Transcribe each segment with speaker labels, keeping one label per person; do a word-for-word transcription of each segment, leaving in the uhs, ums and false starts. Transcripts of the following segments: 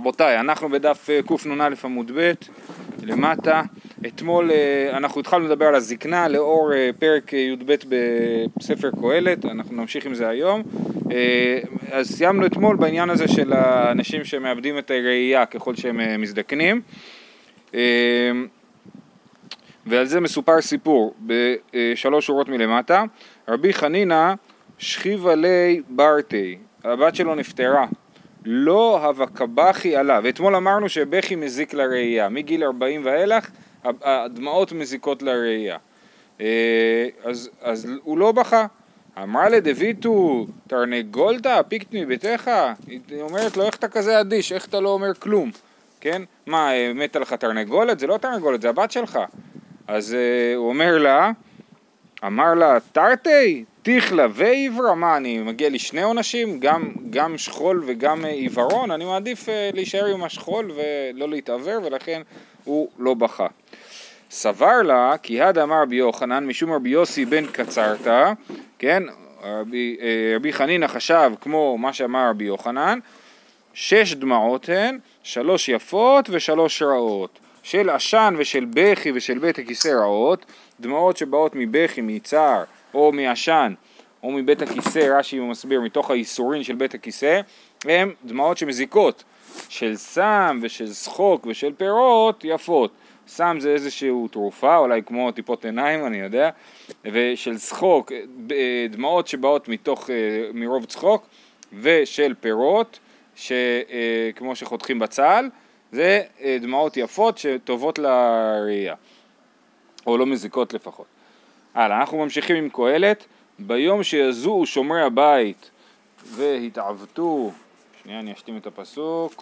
Speaker 1: רבותיי, אנחנו בדף קנ"א עמוד ב' למטה. אתמול אנחנו התחלנו לדבר על הזקנה לאור פרק י"ב בספר קהלת, אנחנו נמשיך עם זה היום. אז סיימנו אתמול בעניין הזה של האנשים שמאבדים את הראייה ככל שהם מזדקנים, ועל זה מסופר סיפור בשלוש שורות מלמטה. רבי חנינא שכיבה לי ברתי, הבת שלו נפטרה, לא הווה כבכי עליו. ואתמול אמרנו שבכי מזיק לראייה, מגיל ארבעים ואילך הדמעות מזיקות לראייה. אז, אז הוא לא בכה. אמרה לדויטו, תרנגולתא פיקטני ביתך? היא אומרת לו, איך אתה כזה אדיש, איך אתה לא אומר כלום? כן? מה, מתה לך תרנגולת? זה לא תרנגולת, זה הבת שלך. אז הוא אומר לה, אמר לה, תרתי, תיכלה ועברה, מה, אני מגיע לי שני עונשים, גם, גם שכול וגם עיוורון, אני מעדיף להישאר עם השכול ולא להתעבר, ולכן הוא לא בכה. סבר לה, כי הד אמר רבי יוחנן, משום רבי יוסי בן קצרתא, כן, רבי, רבי חנינא חשב כמו מה שאמר רבי יוחנן, שש דמעות הן, שלוש יפות ושלוש רעות, של עשן ושל בכי ושל בית הכיסא רעות, דמעות שבאות מבכי, מצער, או מעשן, או מבית הכיסא, רש"י מסביר, מתוך האיסורין של בית הכיסא, הם דמעות שמזיקות, של סם ושל שחוק ושל פירות יפות. סם זה איזשהו תרופה, אולי כמו טיפות עיניים, אני יודע, ושל שחוק, דמעות שבאות מתוך, מרוב צחוק, ושל פירות, שכמו שחותכים בצל, זה דמעות יפות שטובות לראייה, או לא מזיקות לפחות. הלאה, אנחנו ממשיכים עם קהלת. ביום שיזועו שומרי הבית והתעוותו, שנייה אני אשתים את הפסוק.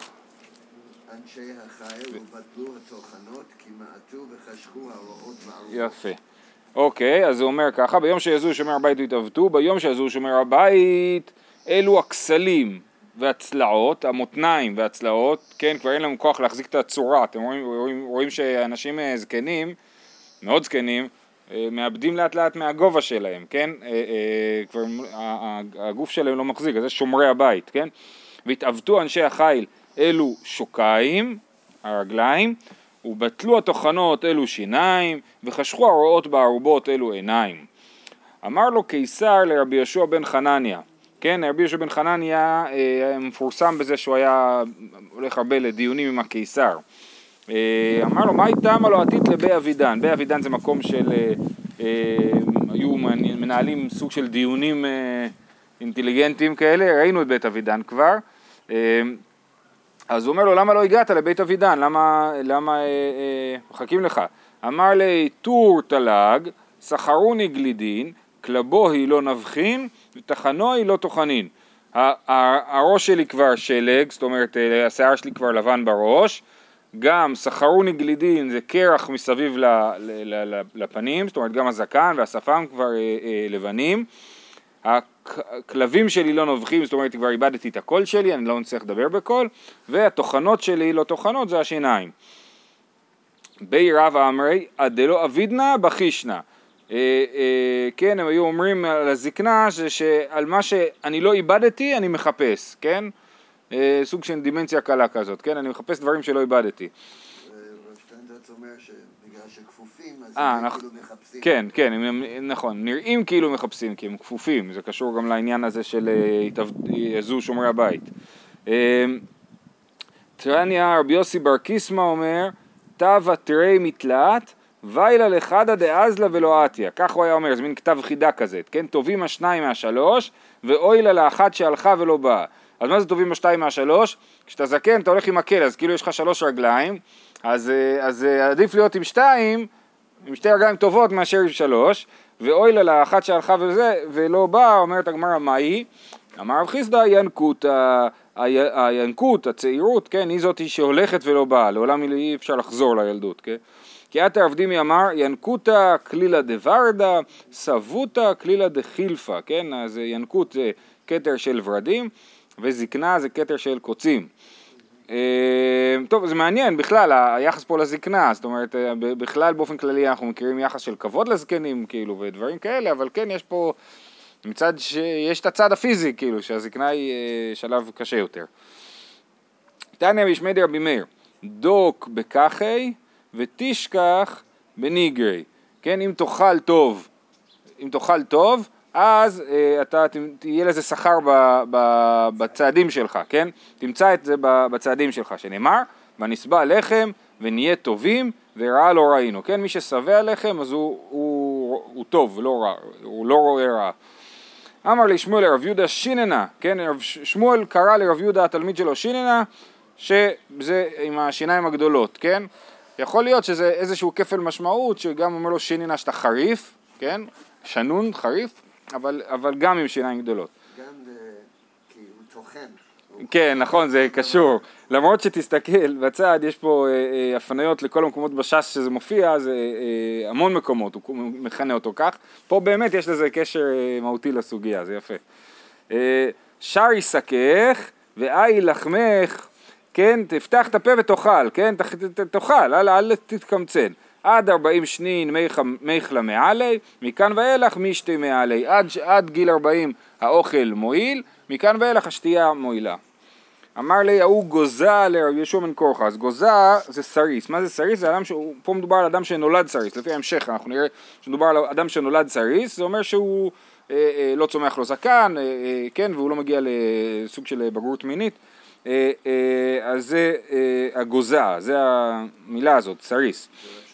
Speaker 2: אנשי החיל ובטלו התוכנות כי מעטו וחשכו הרעות בערובות.
Speaker 1: יפה. אוקיי, אז הוא אומר ככה, ביום שיזועו שומרי הבית והתעוותו, ביום שיזועו שומרי הבית, אלו הכסלים והצלעות, המותניים והצלעות, כן, כבר אין להם כוח להחזיק את הצורה. אתם רואים, רואים, רואים שאנשים זקנים, מאוד זקנים, מאבדים לאט לאט מהגובה שלהם, כן? כבר הגוף שלהם לא מחזיק, אז זה שומרי הבית, כן? והתעוותו אנשי החיל, אלו שוקיים, הרגליים, ובטלו התוכנות, אלו שיניים, וחשכו הרעות בערובות, אלו עיניים. אמר לו קיסר לרבי יהושע בן חנניה, כן? רבי יהושע בן חנניה מפורסם בזה שהוא היה הולך הרבה לדיונים עם הקיסר. אמר לו, מה איתם הלא עתית לבי אבידן? בי אבידן זה מקום של, היו מנהלים סוג של דיונים אינטליגנטיים כאלה, ראינו את בית אבידן כבר. אז הוא אומר לו, למה לא הגעת לבית אבידן? למה, למה מחכים לך? אמר לי, טור תלג, סחרוני גלידין, כלבוהי לא נבחין, ותחנוי לא תוכנין. הראש שלי כבר שלג, זאת אומרת, השיער שלי כבר לבן בראש, גם סחרוני גלידין זה קרח מסביב לפנים, זאת אומרת גם הזקן והשפם כבר לבנים, הכלבים שלי לא נובחים, זאת אומרת כבר איבדתי את הקול שלי, אני לא נצטרך לדבר בקול, והתוכנות שלי לא תוכנות, זה השיניים. בי רב אמרי, עדלו אבידנה בחישנה. כן, הם היו אומרים על הזקנה שעל מה שאני לא איבדתי אני מחפש, כן? סוג של דימנציה קלה כזאת, כן? אני מחפש דברים שלא איבדתי.
Speaker 2: רב שטיינזלץ אומר שבגלל שכפופים, אז
Speaker 1: הם
Speaker 2: כאילו מחפשים. כן,
Speaker 1: כן, נכון, נראים כאילו מחפשים, כי הם כפופים, זה קשור גם לעניין הזה של יזועו שומרי הבית. תרניה, רבי יוסי בר קיסמא אומר, תווה תרי מתלעת, ויילה לחדה דאזלה ולא עתיה. כך הוא היה אומר, זה מין כתב חידה כזה, כן? טובים השניים מהשלוש, ואוי לה לאחת שהלכה ולא באה. אז מה זה טובים השתיים מהשלוש? כשאתה זקן, אתה הולך עם מקל, אז כאילו יש לך שלוש רגליים, אז, אז עדיף להיות עם שתיים, עם שתי רגליים טובות מאשר עם שלוש, ואוי לה לאחת שהלכה וזה, ולא באה, אומרת הגמרא, מה היא? אמר רב חיסדא, ינקות, הינקות, הצעירות, כן, היא זאת שהולכת ולא באה, לעולם אי אפשר לחזור לילדות, כן? כי את הרבדימי אמר, ינקותה כלילה דוורדה, סבותה כלילה דחילפה, כן? אז ינקות זה כתר של ורדים, וזקנה זה כתר של קוצים. טוב, זה מעניין בכלל, היחס פה לזקנה, זאת אומרת, בכלל באופן כללי אנחנו מכירים יחס של כבוד לזקנים, כאילו, ודברים כאלה, אבל כן, יש פה, מצד שיש את הצד הפיזי, כאילו, שהזקנה היא שלב קשה יותר. תניא בשמי דרבי מאיר, דוק בכחי ותשכח בניגרי. כן, אם תאכל טוב, אם תאכל טוב, אז אה, אתה תהיה לזה שכר ב, ב, בצעדים שלך, כן? תמצא את זה בצעדים שלך, שנאמר, ונסבע לחם ונהיה טובים ורעה לא ראינו, כן? מי ששבע לחם אז הוא, הוא, הוא טוב, לא רע, הוא לא רואה רע. אמר לי שמואל לרב יהודה שיננה, כן? שמואל קרא לרב יהודה התלמיד שלו שיננה, שזה עם השיניים הגדולות, כן? יכול להיות שזה איזשהו כפל משמעות, שגם אומר לו שיננה שאתה חריף, כן? שנון, חריף, אבל, אבל גם עם שיניים גדולות.
Speaker 2: גם כי הוא טוחן.
Speaker 1: כן, נכון, זה קשור. למרות שתסתכל, בצד יש פה אה, אה, הפניות לכל המקומות בש"ס שזה מופיע, זה אה, המון מקומות, הוא מכנה אותו כך. פה באמת יש לזה קשר אה, מהותי לסוגיה, זה יפה. אה, שר יסכך ואי לחמך, כן, תפתח את הפה ותאכל, כן, תאכל, אל, אל תתקמצן. עד ארבעים שנין מיכלה מעלי, מכאן ואילך משתי מעלי. עד, עד גיל ארבעים האוכל מועיל, מכאן ואילך השתייה מועילה. אמר לי, ההוא גוזה לרבי יהושע בן קורחה. אז גוזה זה סריס. מה זה סריס? זה אדם ש... פה מדובר על אדם שנולד סריס. לפי ההמשך אנחנו נראה שמדובר על אדם שנולד סריס. זה אומר שהוא אה, אה, לא צומח לו זקן, אה, אה, כן, והוא לא מגיע לסוג של בגרות מינית. אה, אה, אז זה אה, הגוזה, זה המילה הזאת, סריס.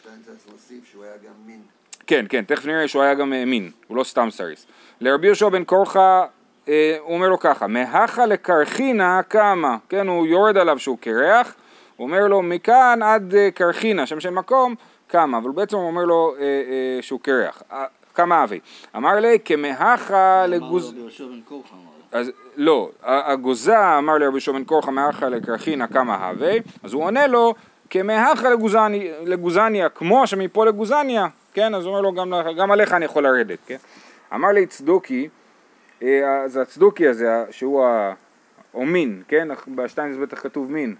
Speaker 2: שהוא היה גם מין.
Speaker 1: כן, כן, תכף נראה שהוא היה גם מין, הוא לא סתם סריס. לרבי יהושע בן קורחה, אה, הוא אומר לו ככה, מהכה לקרחינה כמה, כן, הוא יורד עליו שהוא קרח, הוא אומר לו מכאן עד אה, קרחינה, שם של מקום, כמה, אבל בעצם הוא אומר לו אה, אה, שהוא קרח, אה, כמה אבי. אמר לי, כמהכה לגוז...
Speaker 3: אמר לו יהושע בן קורחה, אמר לו.
Speaker 1: אז לא, הגוזה אמר לרבי יהושע בן קורחה, מהכה לקרחינה כמה אבי, אז הוא עונה לו, כמהכה לגוזניה, לגוזניה, כמו שמפה לגוזניה, כן, אז הוא אומר לו, גם, גם עליך אני יכול לרדת, כן. אמר לי צדוקי, אז הצדוקי הזה, שהוא האומין, כן, בשטיינז בטח כתוב מין,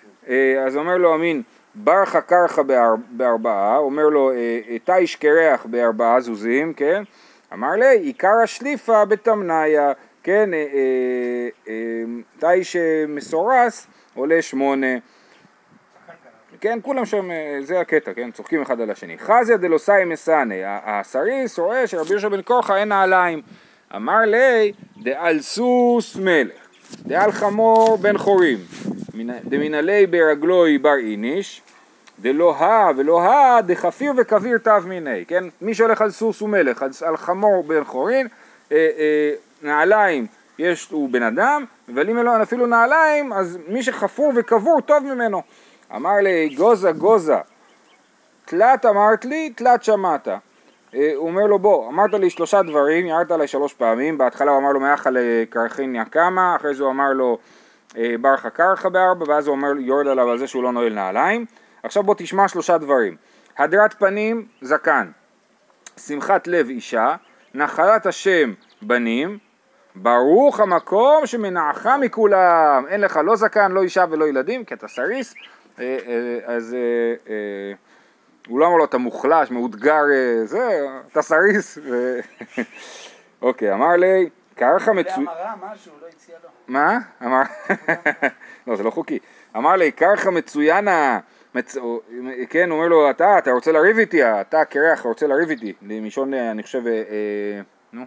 Speaker 1: אז אומר לו המין, ברכה קרחה באר, בארבעה, אומר לו, תיש קרח בארבעה זוזים, כן, אמר לי, עיקר השליפה בתמניה, כן, תיש מסורס עולה שמונה, כן, כולם שם, זה הקטע, כן, צוחקים אחד על השני. חזיה דלוסאי מסנה, הסריס רואה שרבי יהושע בן קורחה אין נעליים. אמר לי, דעל סוס מלך, דעל חמור בן חורים, דמנהלי ברגלוי בר איניש, דלא הא ולא הא דחפיר וכביר תו מיני, כן, מי שהולך על סוס הוא מלך, על חמור בן חורין, אה, אה, נעליים יש, הוא בן אדם, אבל אם לא אפילו נעליים, אז מי שחפור וכבור טוב ממנו. אמר לי, גוזה גוזה, תלת אמרת לי, תלת שמעת. הוא אומר לו, בוא, אמרת לי שלושה דברים, ירדת עליי שלוש פעמים, בהתחלה הוא אמר לו, מאחה לקרחיניה כמה, אחרי זה הוא אמר לו, ברכה קרחה בארבע, ואז הוא אומר, יורד עליו על זה שהוא לא נועל נעליים. עכשיו בוא תשמע שלושה דברים, הדרת פנים, זקן, שמחת לב אישה, נחלת השם בנים, ברוך המקום שמנעך מכולם, אין לך לא זקן, לא אישה ולא ילדים, כי אתה סריס, אז הוא לא אמר לו, אתה מוחלש, מאותגר, זה, אתה סריס, אוקיי, אמר לי, קרחה מצוין,
Speaker 3: ואמרה משהו, לא הציע לו.
Speaker 1: מה? אמר, לא, זה לא חוקי, אמר לי, קרחה מצוין, כן, הוא אומר לו, אתה, אתה רוצה לריב איתי, אתה קרח, רוצה לריב איתי, למישון, אני חושב, נו,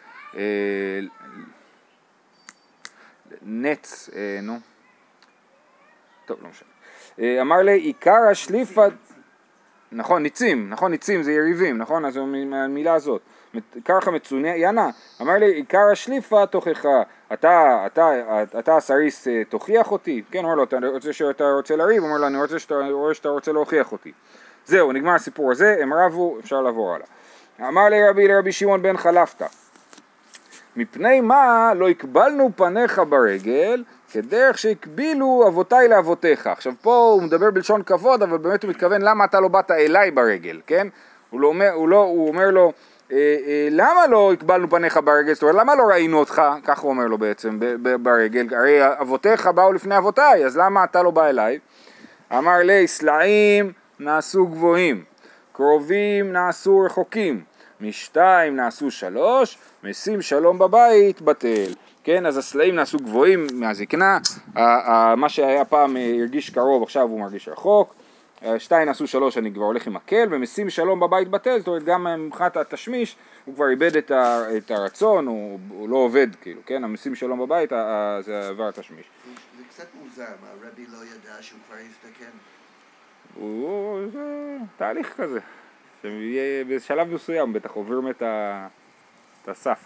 Speaker 1: נץ, נו, טוב, לא משנה. אמר לי, עיקר השליפה, נכון, ניצים, נכון, ניצים זה יריבים, נכון, אז המילה הזאת, קרחה מצוינה, אמר לי, עיקר השליפה תוכחה, אתה, אתה, אתה הסריס תוכיח אותי, כן, אומר לו, אתה רוצה שאתה רוצה לריב, אומר לו, אני רוצה שאתה, רואה שאתה רוצה להוכיח אותי, זהו, נגמר הסיפור הזה, הם רבו, אפשר לעבור הלאה. אמר לי רבי לרבי שמעון בן חלפתא, מפני מה לא הקבלנו פניך ברגל, כדרך שהקבילו אבותיי לאבותיך. עכשיו פה הוא מדבר בלשון כבוד, אבל באמת הוא מתכוון למה אתה לא באת אליי ברגל, כן? הוא, לא אומר, הוא, לא, הוא אומר לו, אה, אה, למה לא הקבלנו פניך ברגל? זאת אומרת, למה לא ראינו אותך? כך הוא אומר לו בעצם, ב, ב, ברגל. הרי אבותיך באו לפני אבותיי, אז למה אתה לא בא אליי? אמר לי, סלעים נעשו גבוהים, קרובים נעשו רחוקים, משתיים נעשו שלוש, משים שלום בבית בטל. כן, אז הסלעים נעשו גבוהים מהזקנה, מה שהיה פעם הרגיש קרוב עכשיו הוא מרגיש רחוק, שתיים נעשו שלוש אני כבר הולך עם מקל, ומשים שלום בבית בטל, זאת אומרת גם מבחינת התשמיש הוא כבר איבד את, ה, את הרצון, הוא, הוא לא עובד כאילו, כן, המשים שלום בבית זה עבר התשמיש.
Speaker 2: זה קצת מוזר, מה רבי לא ידע שהוא כבר יסתכן?
Speaker 1: הוא, זה תהליך כזה, בשלב מסוים בטח עוברים את, ה, את הסף.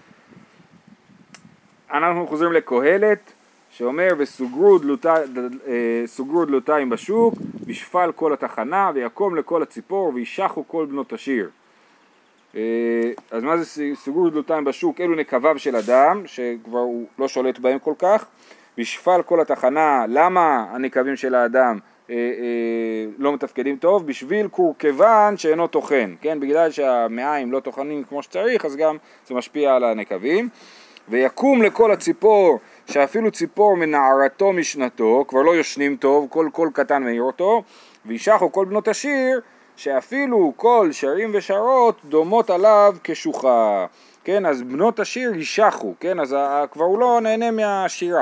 Speaker 1: אנחנו חוזרים לקהלת שאומר וסוגרו דלותיים בשוק בשפל כל התחנה ויקום לכל הציפור וישחו כל בנות השיר. אז מה זה סוגרו דלותיים בשוק? אלו נקביו של אדם שכבר הוא לא שולט בהם כל כך. בשפל כל התחנה, למה הנקבים של האדם לא מתפקדים טוב? בשביל קורקבן שאינו תוכן, כן? בגלל שהמעיים לא תוכנים כמו שצריך אז גם זה משפיע על הנקבים. ויקום לכל הציפור, שאפילו ציפור מנערתו משנתו, כבר לא יושנים טוב, כל כל קטן מעיר אותו, וישחו כל בנות השיר, שאפילו כל שרים ושרות דומות עליו כשוחה. כן, אז בנות השיר ישחו, כן, אז כבר הוא לא נהנה מהשירה.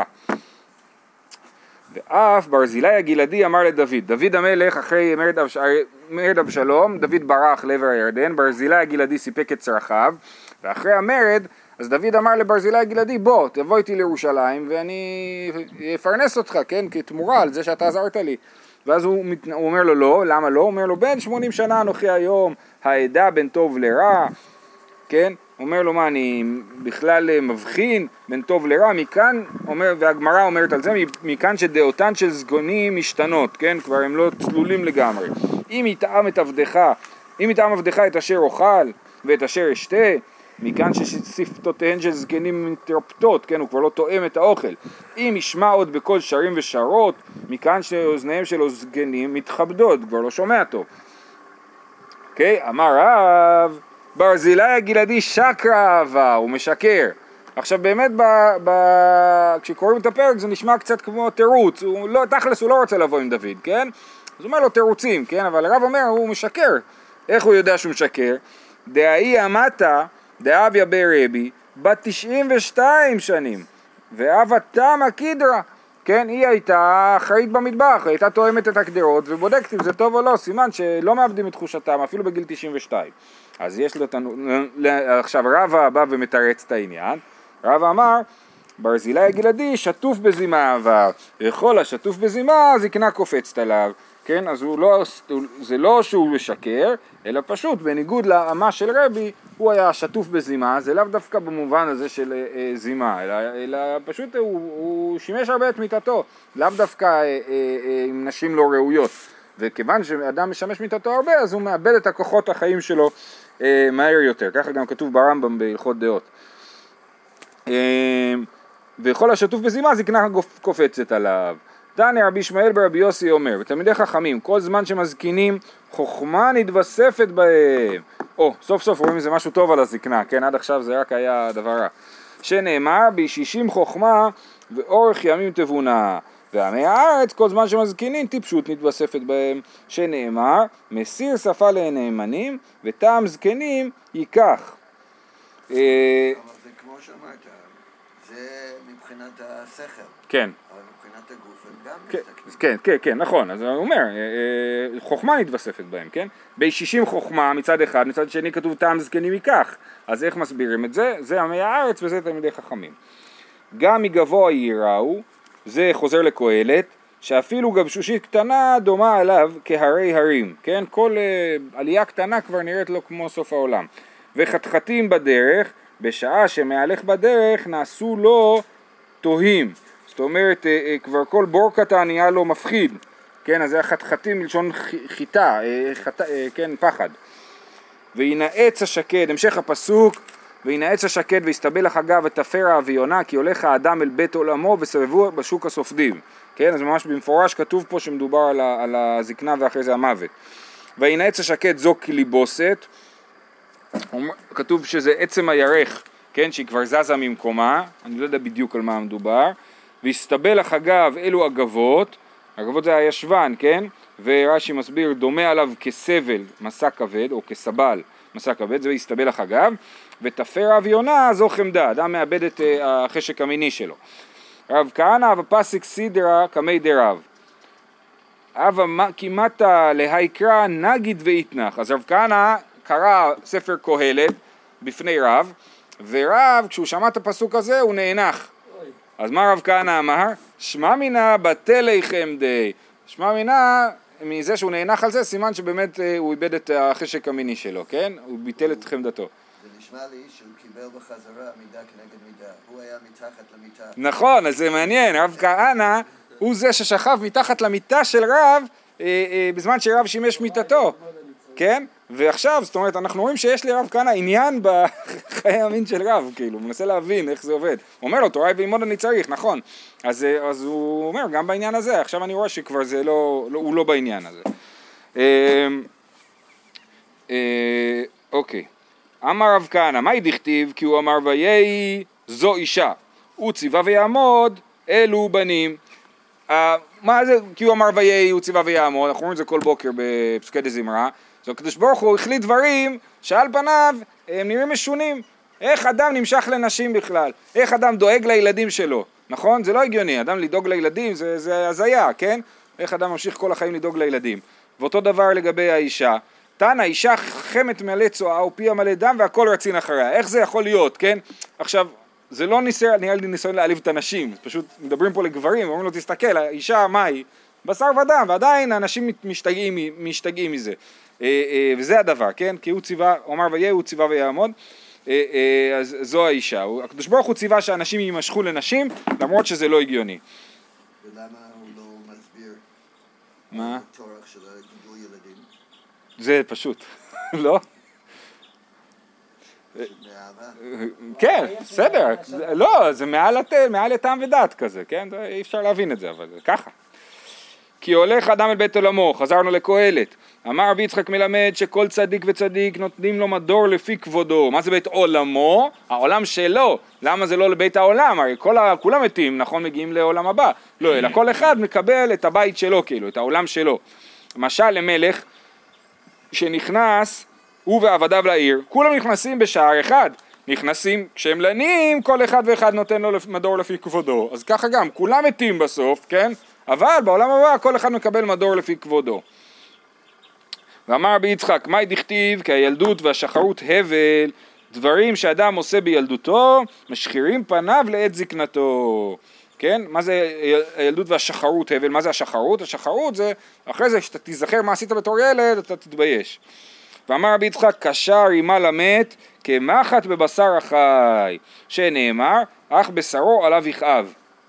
Speaker 1: ואף ברזילי הגלעדי אמר לדוד, דוד המלך אחרי מרד, אבש... מרד אבשלום, דוד ברח לעבר הירדן, ברזילי הגלעדי סיפק את צרכיו, ואחרי המרד, אז דוד אמר לברזילי הגלעדי, בוא, תבוא איתי לירושלים ואני אפרנס אותך, כן, כתמורה על זה שאתה עזרת לי. ואז הוא, מת... הוא אומר לו לא, למה לא? הוא אומר לו, בין שמונים שנה אנוכי היום, העדה בין טוב לרע, כן? הוא אומר לו, מה, אני בכלל מבחין בין טוב לרע, מכאן, אומר, והגמרא אומרת על זה, מכאן שדעותן של סגונים משתנות, כן? כבר הם לא צלולים לגמרי. אם יטעם את עבדך, אם יטעם עבדך את אשר אוכל ואת אשר אשתה, מכאן ששפתותיהן של זקנים מתרפטות, כן, הוא כבר לא תואם את האוכל. אם ישמע עוד בכל שרים ושרות, מכאן שאוזניהם של הזקנים מתכבדות, כבר לא שומע טוב. אוקיי, okay, אמר רב, ברזילי הגלעדי שקרא אהבה, הוא משקר. עכשיו באמת ב, ב, כשקוראים את הפרק זה נשמע קצת כמו תירוץ, הוא לא, תכלס הוא לא רוצה לבוא עם דוד, כן? אז הוא אומר לו תירוצים, כן? אבל הרב אומר הוא משקר. איך הוא יודע שהוא משקר? דאי אמתה דאביה ברבי בת תשעים ושתיים שנים ואבא תמה קידרה, כן, היא הייתה אחראית במטבח, היא הייתה תואמת את הקדרות ובודקת אם זה טוב או לא, סימן שלא מאבדים את תחושתם אפילו בגיל תשעים ושתיים. אז יש לו תנו... עכשיו רבא בא ומתרץ את העניין, רבא אמר ברזילי הגלעדי שטוף בזימה אהבה, וכל השטוף בזימה זקנה קופצת עליו, כן, אז הוא לא, זה לא שהוא משקר, אלא פשוט בניגוד לאמה של רבי, הוא היה שטוף בזימה, זה לאו דווקא במובן הזה של אה, זימה, אלא, אלא פשוט הוא, הוא שימש הרבה את מיטתו, לאו דווקא אה, אה, אה, עם נשים לא ראויות, וכיוון שאדם משמש מיטתו הרבה, אז הוא מאבד את הכוחות החיים שלו אה, מהר יותר, ככה גם כתוב ברמב"ם בהלכות דעות. אה, וכל השטוף בזימה זקנה קופצת עליו. דני רבי ישמעאל ברבי יוסי אומר, ותלמידי חכמים, כל זמן שמזקינים, חוכמה נתווספת בהם. או, סוף סוף רואים איזה משהו טוב על הזקנה, כן, עד עכשיו זה רק היה דבר רע. שנאמר, בישישים חוכמה ואורך ימים תבונה. ועמי הארץ, כל זמן שמזקינים, טיפשות נתווספת בהם. שנאמר, מסיר שפה לנאמנים, וטעם זקנים ייקח.
Speaker 2: אבל זה כמו שאמרת, זה מבחינת השכל.
Speaker 1: כן.
Speaker 2: הגוף, הם גם
Speaker 1: כן, כן, כן, כן, נכון, אז הוא אומר, חוכמה נתווספת בהם, כן? בישישים חוכמה מצד אחד, מצד שני כתוב טעם זקנים ייקח, אז איך מסבירים את זה? זה עמי הארץ וזה תלמידי חכמים. גם מגבוה ייראו, זה חוזר לקהלת, שאפילו גבשושית קטנה דומה עליו כהרי הרים, כן? כל uh, עלייה קטנה כבר נראית לו כמו סוף העולם. וחתחתים בדרך, בשעה שמהלך בדרך נעשו לו תוהים. זאת אומרת, כבר כל בור קטן נהיה לו מפחיד, כן, אז זה החתחתים מלשון חיטה, חט... כן, פחד. וינעץ השקד, המשך הפסוק, וינעץ השקד ויסתבל החגה ותפר האביונה, כי הולך האדם אל בית עולמו וסבבו בשוק הסופדים, כן, אז ממש במפורש כתוב פה שמדובר על, ה... על הזקנה ואחרי זה המוות. וינעץ השקד זו כליבוסת, כתוב שזה עצם הירך, כן, שהיא כבר זזה ממקומה, אני לא יודע בדיוק על מה מדובר, והסתבל החגב אלו אגבות, אגבות זה הישבן, כן? ורש"י מסביר, דומה עליו כסבל, מסע כבד, או כסבל, מסע כבד, זה יסתבל החגב, ותפר אב יונה זו חמדה, אדם מאבד את uh, החשק המיני שלו. רב כהנא ופסיק סידרה כמי דרב. אבא כמעט להיקרא נגיד ואיתנח. אז רב כהנא קרא ספר קהלת בפני רב, ורב כשהוא שמע את הפסוק הזה הוא נאנח. אז מה רב כהנא אמר? שמע מינה בטלי חמדי. שמע מינה מזה שהוא נאנח על זה, סימן שבאמת הוא איבד את החשק המיני שלו, כן? הוא ביטל את חמדתו.
Speaker 2: זה נשמע לי שהוא קיבל בחזרה מידה כנגד מידה. הוא היה מתחת למיטה.
Speaker 1: נכון, אז זה מעניין. רב כהנא הוא זה ששכב מתחת למיטה של רב אה, אה, בזמן שרב שימש מיטתו, כן? ועכשיו, זאת אומרת, אנחנו רואים שיש לרב כהנא עניין בחיי המין של רב, כאילו, הוא מנסה להבין איך זה עובד. הוא אומר לו, תורה וללמוד אני צריך, נכון. אז, אז הוא אומר, גם בעניין הזה, עכשיו אני רואה שכבר זה לא, לא הוא לא בעניין הזה. אה, אה, אוקיי. אמר רב כהנא, מהי דכתיב? כי הוא אמר ויהי זו אישה, הוא ציווה ויעמוד, אלו בנים. Uh, מה זה? כי הוא אמר ויהי, הוא ציווה ויעמוד, אנחנו רואים את זה כל בוקר בפסוקי דזמרה. אז הקדוש ברוך הוא החליט דברים שעל פניו הם נראים משונים. איך אדם נמשך לנשים בכלל? איך אדם דואג לילדים שלו? נכון? זה לא הגיוני, אדם לדאוג לילדים זה, זה הזיה, כן? איך אדם ממשיך כל החיים לדאוג לילדים? ואותו דבר לגבי האישה. תנא, אישה חמת מלא צואה ופיה מלא דם והכל רצין אחריה. איך זה יכול להיות, כן? עכשיו, זה לא ניסיון, נראה לי ניסיון להעליב את הנשים, פשוט מדברים פה לגברים, אומרים לו תסתכל, האישה מה היא? בשר ודם, ועדיין האנשים משתגעים, משתגעים מזה. וזה הדבר, כן? כי הוא ציווה, הוא אמר ויהיה, הוא ציווה ויעמוד, אז זו האישה. הקדוש ברוך הוא ציווה שאנשים יימשכו לנשים, למרות שזה לא הגיוני.
Speaker 2: ולמה הוא לא מסביר?
Speaker 1: מה?
Speaker 2: צורך של גידול ילדים?
Speaker 1: זה פשוט, לא?
Speaker 2: מאהבה?
Speaker 1: כן, בסדר, לא, זה מעל לטעם ודת כזה, כן? אי אפשר להבין את זה, אבל זה ככה. כי הולך אדם אל בית עולמו, חזרנו לקהלת, אמר רבי יצחק מלמד שכל צדיק וצדיק נותנים לו מדור לפי כבודו. מה זה בית עולמו? העולם שלו. למה זה לא לבית העולם? הרי כל ה... כולם מתים, נכון, מגיעים לעולם הבא. לא, אלא כל אחד מקבל את הבית שלו, כאילו, את העולם שלו. למשל למלך שנכנס, הוא ועבדיו לעיר, כולם נכנסים בשער אחד. נכנסים, כשהם לנים, כל אחד ואחד נותן לו מדור לפי כבודו. אז ככה גם, כולם מתים בסוף, כן? אבל בעולם הבא כל אחד מקבל מדור לפי כבודו. ואמר רבי יצחק, מהי דכתיב? כי הילדות והשחרות הבל, דברים שאדם עושה בילדותו, משחירים פניו לעת זקנתו. כן? מה זה הילדות והשחרות הבל? מה זה השחרות? השחרות זה, אחרי זה שאתה תיזכר מה עשית בתור ילד, אתה תתבייש. ואמר רבי יצחק, קשר רימה למת כמחט בבשר החי, שנאמר, אך בשרו עליו יכאב.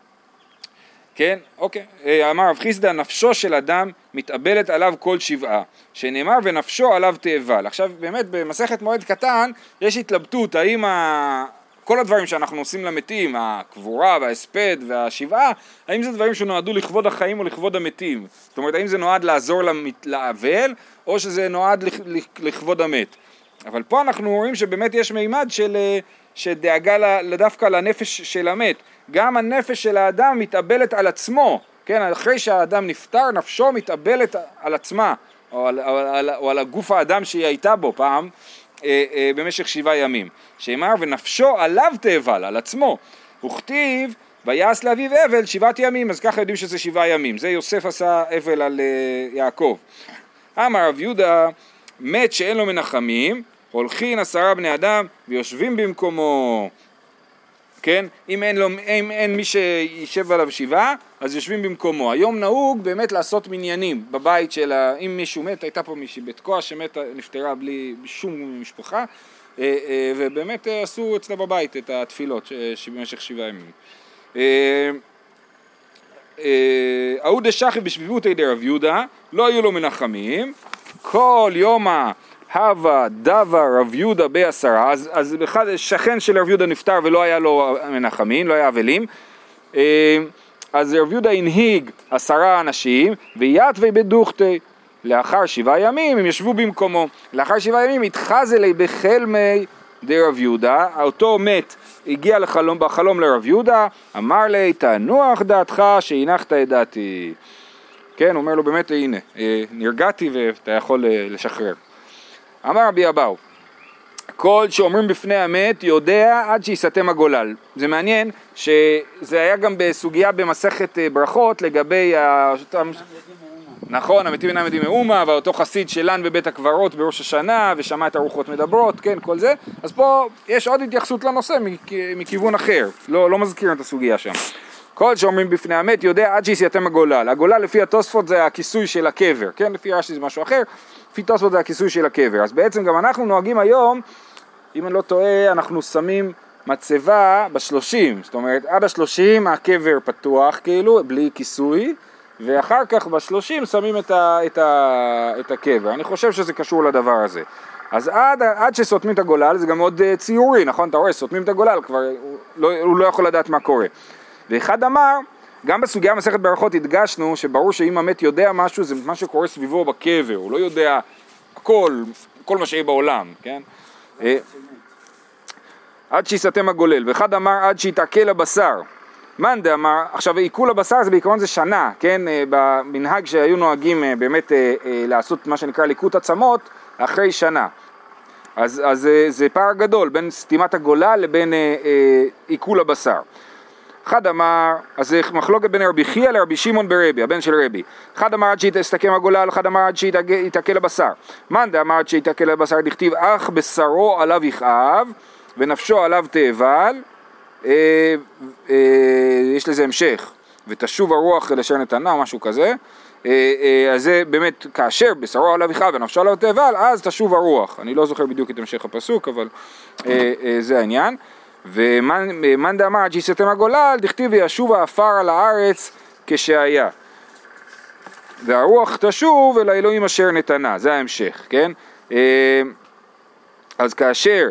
Speaker 1: כן, אוקיי. אמר רב חיסדא, נפשו של אדם מתאבלת עליו כל שבעה, שנאמר ונפשו עליו תאבל. עכשיו באמת במסכת מועד קטן יש התלבטות, האם ה... כל הדברים שאנחנו עושים למתים, הקבורה וההספד והשבעה, האם זה דברים שנועדו לכבוד החיים או לכבוד המתים? זאת אומרת, האם זה נועד לעזור למת... לאבל, או שזה נועד לכבוד המת? אבל פה אנחנו רואים שבאמת יש מימד של... שדאגה דווקא לנפש של המת. גם הנפש של האדם מתאבלת על עצמו, כן? אחרי שהאדם נפטר, נפשו מתאבלת על עצמה, או על, או על, או על הגוף האדם שהיא הייתה בו פעם, אה, אה, במשך שבעה ימים. שאמר, ונפשו עליו תאבל, על עצמו. וכתיב, ויעש לאביו אבל שבעת ימים, אז ככה יודעים שזה שבעה ימים. זה יוסף עשה אבל על אה, יעקב. אמר רב יהודה, מת שאין לו מנחמים, הולכים עשרה בני אדם ויושבים במקומו. כן? אם אין, לו, אם אין מי שישב עליו שבעה, אז יושבים במקומו. היום נהוג באמת לעשות מניינים בבית של ה... אם מישהו מת, הייתה פה מישהי בת כוח שמתה, נפטרה בלי שום משפחה, ובאמת עשו אצלה בבית את התפילות שבמשך שבעה ימים. ההוא דשחי בשביבות ידי רב יהודה, לא היו לו מנחמים, כל יומא הווה דווה רב יהודה בעשרה, אז, אז אחד שכן של רב יהודה נפטר ולא היה לו מנחמים, לא היה אבלים, אז רב יהודה הנהיג עשרה אנשים, ויתווי בדוכתי, לאחר שבעה ימים הם ישבו במקומו, לאחר שבעה ימים התחז אלי בחלמי דרב יהודה, אותו מת הגיע לחלום, בחלום לרב יהודה, אמר לי תנוח דעתך שהנחת את דעתי, כן, אומר לו באמת הנה, נרגעתי ואתה יכול לשחרר. אמר רבי אבאו, כל שאומרים בפני המת יודע עד שיסתם הגולל. זה מעניין שזה היה גם בסוגיה במסכת ברכות לגבי ה... נכון, המתים אינם יודעים מאומה, ואותו חסיד שלן בבית הקברות בראש השנה, ושמע את הרוחות מדברות, כן, כל זה. אז פה יש עוד התייחסות לנושא מכיוון אחר, לא, לא מזכיר את הסוגיה שם. כל שאומרים בפני המת יודע עד שיסתם הגולל. הגולל לפי התוספות זה הכיסוי של הקבר, כן, לפי רש"י זה משהו אחר, לפי תוספות זה הכיסוי של הקבר. אז בעצם גם אנחנו נוהגים היום, אם אני לא טועה, אנחנו שמים מצבה בשלושים, זאת אומרת עד השלושים הקבר פתוח כאילו, בלי כיסוי, ואחר כך בשלושים שמים את, ה, את, ה, את הקבר. אני חושב שזה קשור לדבר הזה. אז עד, עד שסותמים את הגולל, זה גם מאוד ציורי, נכון? אתה רואה, סותמים את הגולל, כבר הוא לא, הוא לא יכול לדעת מה קורה. ואחד אמר, גם בסוגיה מסכת ברכות הדגשנו, שברור שאם המת יודע משהו, זה מה שקורה סביבו בקבר, הוא לא יודע הכל, כל מה שיהיה בעולם, כן? עד שיסתם הגולל, ואחד אמר עד שיתעכל הבשר. מאן דאמר, עכשיו עיכול הבשר זה בעיקרון זה שנה, כן, במנהג שהיו נוהגים באמת לעשות מה שנקרא ליקוט עצמות אחרי שנה. אז, אז זה פער גדול בין סתימת הגולל לבין עיכול הבשר. אחד אמר, אז זה מחלוקת בין רבי חייא לרבי שמעון ברבי, הבן של רבי. אחד אמר עד שיתסתכם הגולל, אחד אמר עד שיתעכל הבשר. מאן דאמר עד שיתעכל הבשר דכתיב אך בשרו עליו יכאב ונפשו עליו תאבל. אה, אה, יש לזה המשך, ותשוב הרוח אל אשר נתנה או משהו כזה. אה, אה, אז זה באמת כאשר בשרו עליו יכאב ונפשו עליו תאבל, אז תשוב הרוח. אני לא זוכר בדיוק את המשך הפסוק, אבל אה, אה, זה העניין. ומאן דאמר עד שיסתם הגולל דכתיב וישוב העפר על הארץ כשהיה, והרוח תשוב אל האלוהים אשר נתנה. זה ההמשך, כן? אז כאשר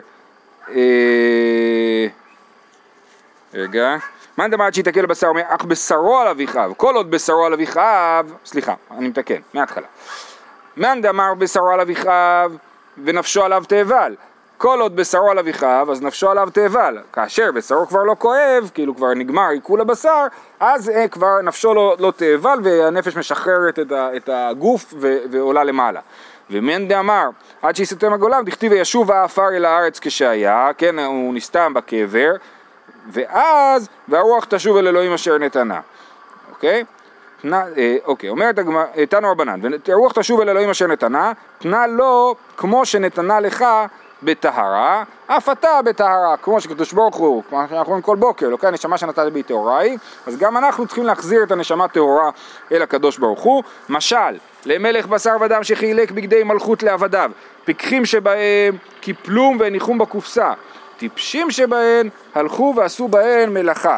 Speaker 1: רגע מאן דאמר עד שיתעכל הבשר אומר אך בשרו עליו יכאב, כל עוד בשרו עליו יכאב, סליחה אני מתקן מההתחלה, מאן דאמר בשרו עליו יכאב ונפשו עליו תאבל, כל עוד בשרו עליו יכאב, אז נפשו עליו תאבל. כאשר בשרו כבר לא כואב, כאילו כבר נגמר עיכול הבשר, אז אה, כבר נפשו לא, לא תאבל, והנפש משחררת את, ה, את הגוף ו, ועולה למעלה. ומאן דאמר, עד שיסתם הגולל, דכתיב וישוב העפר אל הארץ כשהיה, כן, הוא נסתם בקבר, ואז, והרוח תשוב אל אלוהים אשר נתנה. אוקיי? תנה, אה, אוקיי, אומרת הגמרא, תנו רבנן, והרוח תשוב אל אלוהים אשר נתנה, תנה לו כמו שנתנה לך, בטהרה, אף אתה בטהרה, כמו שקדוש ברוך הוא, כמו שאנחנו רואים כל בוקר, לוקח נשמה שנתת בי טהורה היא, אז גם אנחנו צריכים להחזיר את הנשמה טהורה אל הקדוש ברוך הוא. משל, למלך בשר ודם שחילק בגדי מלכות לעבדיו, פיקחים שבהם קיפלום והניחום בקופסה, טיפשים שבהם הלכו ועשו בהן מלאכה.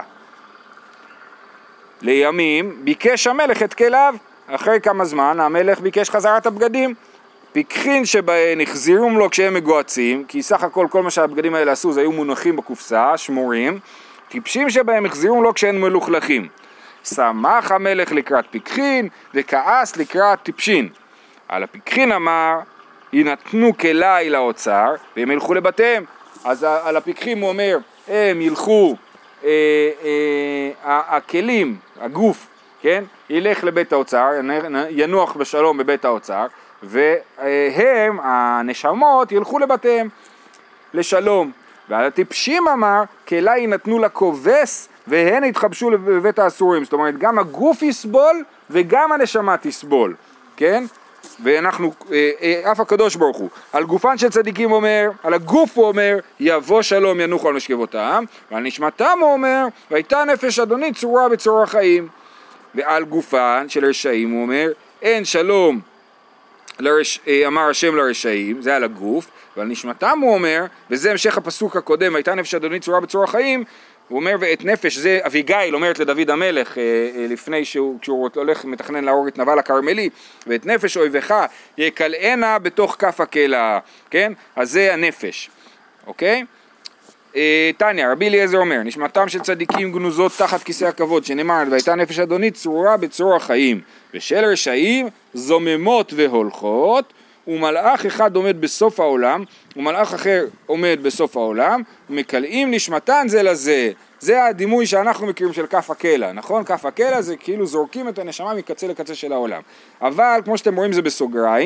Speaker 1: לימים ביקש המלך את כליו, אחרי כמה זמן המלך ביקש חזרת הבגדים, פיקחין שבהן החזירום לו כשהם מגועצים, כי סך הכל כל מה שהבגדים האלה עשו זה היו מונחים בקופסה, שמורים, טיפשים שבהם החזירום לו כשהם מלוכלכים. שמח המלך לקראת פיקחין וכעס לקראת טיפשין. על הפיקחין אמר, ינתנו כלי לאוצר והם ילכו לבתיהם. אז על הפיקחים הוא אומר, הם ילכו, אה, אה, הכלים, הגוף, כן, ילך לבית האוצר, ינוח בשלום בבית האוצר, והם, הנשמות, ילכו לבתיהם לשלום. ועל הטיפשים אמר, כלי ינתנו לכובס והן יתחבשו לבית האסורים. זאת אומרת, גם הגוף יסבול וגם הנשמה תסבול, כן? ואנחנו, אף הקדוש ברוך הוא, על גופן של צדיקים אומר, על הגוף הוא אומר, יבוא שלום ינוחו על משכבותם, ועל נשמתם הוא אומר, והייתה נפש אדוני צרורה בצרור החיים. ועל גופן של רשעים הוא אומר, אין שלום, לרש... אמר השם לרשעים, זה על הגוף, ועל נשמתם הוא אומר, וזה המשך הפסוק הקודם, הייתה נפש אדוני צרורה בצרור החיים, הוא אומר, ואת נפש, זה אביגיל אומרת לדוד המלך, לפני שהוא, כשהוא הולך מתכנן להרוג את נבל הכרמלי, ואת נפש אויבך יקלענה בתוך כף הקלע, כן? אז זה הנפש, אוקיי? תניא, רבי אליעזר אומר, נשמתם של צדיקים גנוזות תחת כיסא הכבוד, שנאמר, והייתה נפש אדוני צרורה בצרור החיים, ושל רשעים זוממות והולכות, ומלאך אחד עומד בסוף העולם, ומלאך אחר עומד בסוף העולם, ומקלעים נשמתן זה לזה. זה הדימוי שאנחנו מכירים של כף הקלע, נכון? כף הקלע זה כאילו זורקים את הנשמה מקצה לקצה של העולם. אבל כמו שאתם רואים זה בסוגריים,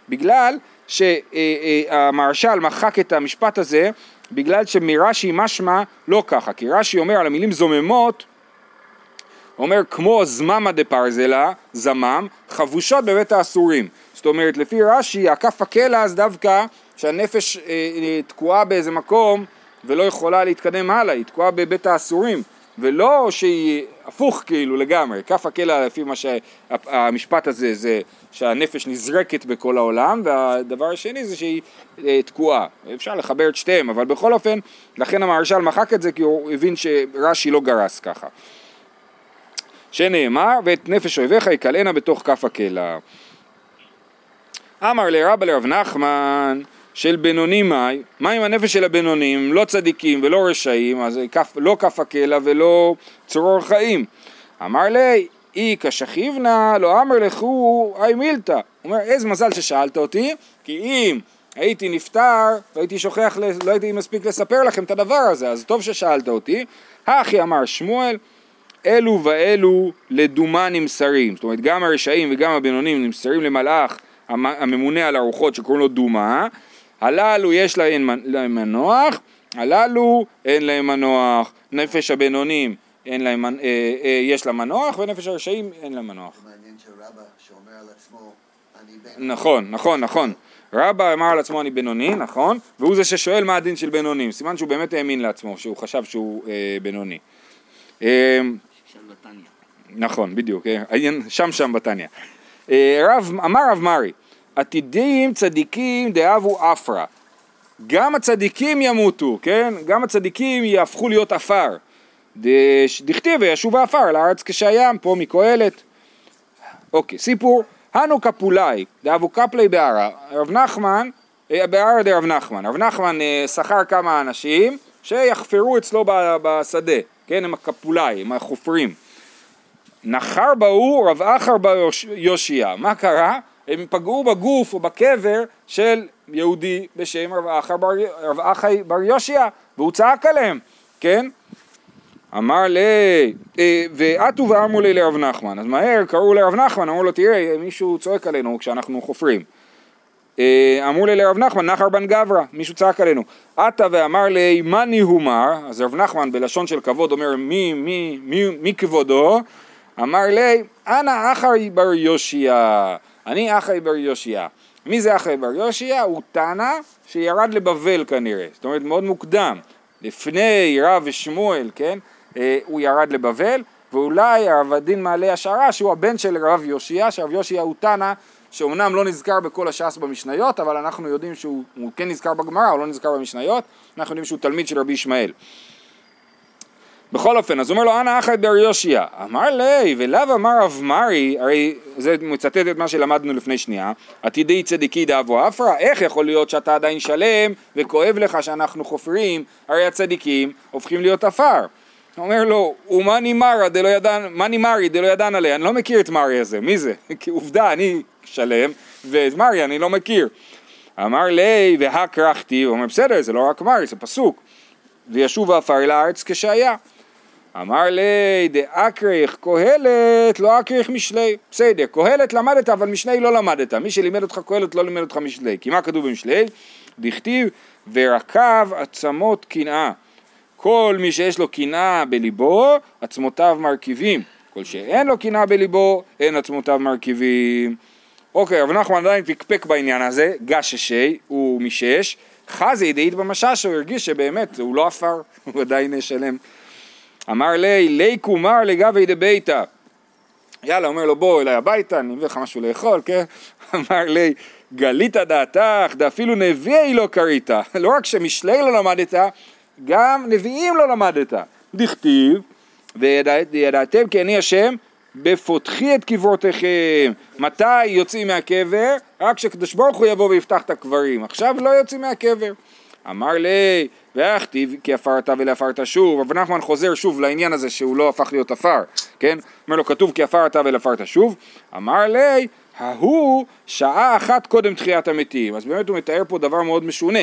Speaker 1: בגלל שהמהרש"ל מחק את המשפט הזה, בגלל שמרש"י משמע לא ככה, כי רש"י אומר על המילים זוממות, אומר כמו זממה דפרזלה, זמם, חבושות בבית האסורים. זאת אומרת, לפי רש"י, הכף הקלע אז דווקא שהנפש אה, אה, תקועה באיזה מקום ולא יכולה להתקדם הלאה, היא תקועה בבית האסורים, ולא שהיא הפוך כאילו לגמרי. כף הקלע לפי מה שהמשפט הזה זה שהנפש נזרקת בכל העולם, והדבר השני זה שהיא אה, תקועה. אפשר לחבר את שתיהם, אבל בכל אופן, לכן המהרש"ל מחק את זה כי הוא הבין שרש"י לא גרס ככה. שנאמר, ואת נפש אויביך יקלענה בתוך כף הקלע. אמר לרבא לרב נחמן של בינונים מאי, מה עם הנפש של הבינונים, לא צדיקים ולא רשעים, אז כף, לא כף הקלע ולא צרור חיים. אמר לי, אי כשכיבנה, לא אמר לכו, אי מילתא. הוא אומר, איזה מזל ששאלת אותי, כי אם הייתי נפטר, והייתי שוכח, לא הייתי מספיק לספר לכם את הדבר הזה, אז טוב ששאלת אותי. האחי אמר שמואל, אלו ואלו לדומה נמסרים, זאת אומרת גם הרשעים וגם הבינונים נמסרים למלאך הממונה על הרוחות שקוראים לו דומה, הללו יש להם מנוח, הללו אין להם מנוח, נפש הבינונים אין להם, אה, אה, יש לה מנוח ונפש הרשעים אין לה מנוח.
Speaker 2: זה מעניין שרבא שאומר על עצמו אני בינוני.
Speaker 1: נכון, נכון, נכון. רבא אמר על עצמו אני בינוני, נכון, והוא זה ששואל מה הדין של בינונים, סימן שהוא באמת האמין לעצמו, שהוא חשב שהוא אה, בינוני. אה, נכון, בדיוק, שם שם בתניא. רב, אמר רב מרי, עתידים צדיקים דאבו אפרה, גם הצדיקים ימותו, כן? גם הצדיקים יהפכו להיות אפר. דכתיב וישוב האפר לארץ כשהים, פה מקהלת. אוקיי, סיפור, הנו קפולאי, דאבו קפלי בערה, רב נחמן, בערה דרב נחמן, רב נחמן שכר כמה אנשים שיחפרו אצלו בשדה, כן? הם הקפולאי, הם החופרים. נחר באו רב אחר בר יושיע, מה קרה? הם פגעו בגוף או בקבר של יהודי בשם רב אחר בר, רב אחי בר יושיע, והוא צעק עליהם, כן? אמר לי, ועטו ואמרו לי לרב נחמן, אז מהר קראו לרב נחמן, אמרו לו תראה מישהו צועק עלינו כשאנחנו חופרים. אמרו לי לרב נחמן, נחר בן גברא, מישהו צעק עלינו. עטה ואמר לי, מה ניהומר? אז רב נחמן בלשון של כבוד אומר, מי, מי, מי, מי כבודו? אמר לי, אנא אחי בר יושיע, אני אחי בר יושיע. מי זה אחי בר יושיע? הוא תנא שירד לבבל כנראה, זאת אומרת מאוד מוקדם, לפני רב ושמואל, כן? הוא ירד לבבל, ואולי הרב הדין מעלה השערה שהוא הבן של רב יושיע, שרב יושיע הוא תנא, שאומנם לא נזכר בכל הש"ס במשניות, אבל אנחנו יודעים שהוא כן נזכר בגמרא, הוא לא נזכר במשניות, אנחנו יודעים שהוא תלמיד של רבי ישמעאל. בכל אופן, אז הוא אומר לו, אנא אחי בר יושיע. אמר לי, ולאו אמר רב מרי, הרי זה מצטט את מה שלמדנו לפני שנייה, עתידי צדיקי דאבו אפרה, איך יכול להיות שאתה עדיין שלם וכואב לך שאנחנו חופרים, הרי הצדיקים הופכים להיות אפר. הוא אומר לו, ומה נימרי דלא ידען, מה נימרי דלא ידען עליה, אני לא מכיר את מרי הזה, מי זה? כי עובדה, אני שלם, ואת מרי אני לא מכיר. אמר לי, והקרחתי, הוא אומר, בסדר, זה לא רק מרי, זה פסוק. וישוב האפר אל הארץ כשהיה. אמר לי, דאקריך קהלת, לא אקריך משלי. בסדר, קהלת למדת, אבל משלי לא למדת. מי שלימד אותך קהלת לא לימד אותך משלי. כי מה כתוב במשלי? דכתיב, ורקב עצמות קנאה. כל מי שיש לו קנאה בליבו, עצמותיו מרכיבים. כל שאין לו קנאה בליבו, אין עצמותיו מרכיבים. אוקיי, אבל אנחנו עדיין פקפק בעניין הזה, גששי, הוא משש. חזי דעית במשש, הוא הרגיש שבאמת הוא לא אפר, הוא עדיין שלם. אמר לי, לי קומר לגבי דביתה. יאללה, אומר לו, בוא אליי הביתה, אני מביא לך משהו לאכול, כן? אמר לי, גלית דעתך, דאפילו נביאי לא קרית. לא רק שמשלי לא למדת, גם נביאים לא למדת. דכתיב, וידעתם כי אני השם, בפותחי את קברותיכם. מתי יוצאים מהקבר? רק שקדוש ברוך הוא יבוא ויפתח את הקברים. עכשיו לא יוצאים מהקבר. אמר לי, והכתיב כי אפרת ולאפרת שוב. רב נחמן חוזר שוב לעניין הזה שהוא לא הפך להיות אפר, כן? אומר לו, כתוב כי אפרת ולאפרת שוב. אמר לי, ההוא שעה אחת קודם תחיית המתים. אז באמת הוא מתאר פה דבר מאוד משונה,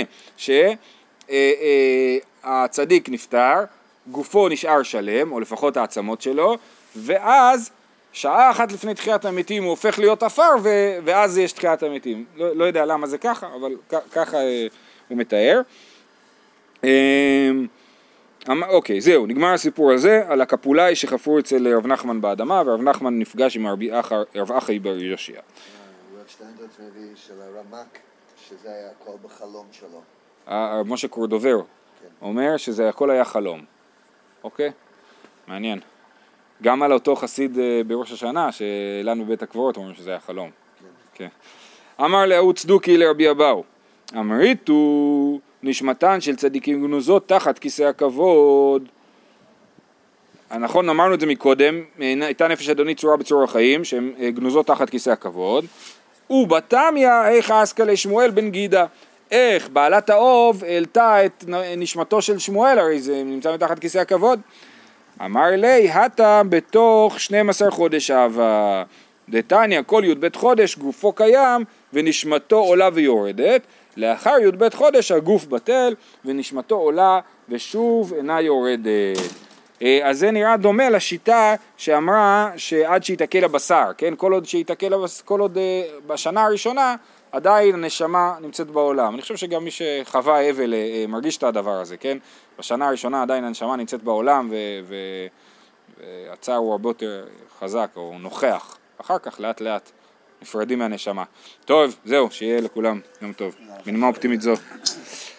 Speaker 1: שהצדיק נפטר, גופו נשאר שלם, או לפחות העצמות שלו, ואז שעה אחת לפני תחיית המתים הוא הופך להיות אפר, ו- ואז יש תחיית המתים. לא, לא יודע למה זה ככה, אבל כ- ככה אה, הוא מתאר. אה, אוקיי, זהו, נגמר הסיפור הזה על הקפולאי שחפרו אצל רב נחמן באדמה, ורב נחמן נפגש עם רב אחי בר יושע.
Speaker 2: רב שטיינזלץ מביא של הרמק, שזה היה הכל בחלום שלו.
Speaker 1: הרב משה קורדובר אומר שזה הכל היה חלום. אוקיי? מעניין. גם על אותו חסיד בראש השנה, שלנו בבית הקברות אומרים שזה היה חלום. כן. אמר להוא צדוקי לרבי אבאו, אמריתו נשמתן של צדיקים גנוזות תחת כיסא הכבוד. נכון, אמרנו את זה מקודם, הייתה נפש אדוני צורה בצור החיים, שהן גנוזות תחת כיסא הכבוד. ובתמיה, איך עסקה לשמואל בן גידה, איך בעלת האוב העלתה את נשמתו של שמואל, הרי זה נמצא מתחת כיסא הכבוד. אמר לי, הטה בתוך שנים עשר חודש אהבה, דתניא כל י' בית חודש גופו קיים ונשמתו עולה ויורדת, לאחר י' בית חודש הגוף בטל ונשמתו עולה ושוב אינה יורדת. אז זה נראה דומה לשיטה שאמרה שעד שיתקל הבשר, כן? כל עוד שיתקל הבשר, כל עוד בשנה הראשונה עדיין הנשמה נמצאת בעולם. אני חושב שגם מי שחווה אבל מרגיש את הדבר הזה, כן? בשנה הראשונה עדיין הנשמה נמצאת בעולם והצער הוא הרבה יותר חזק או נוכח. אחר כך לאט לאט נפרדים מהנשמה. טוב, זהו, שיהיה לכולם יום טוב. בנימה אופטימית זו.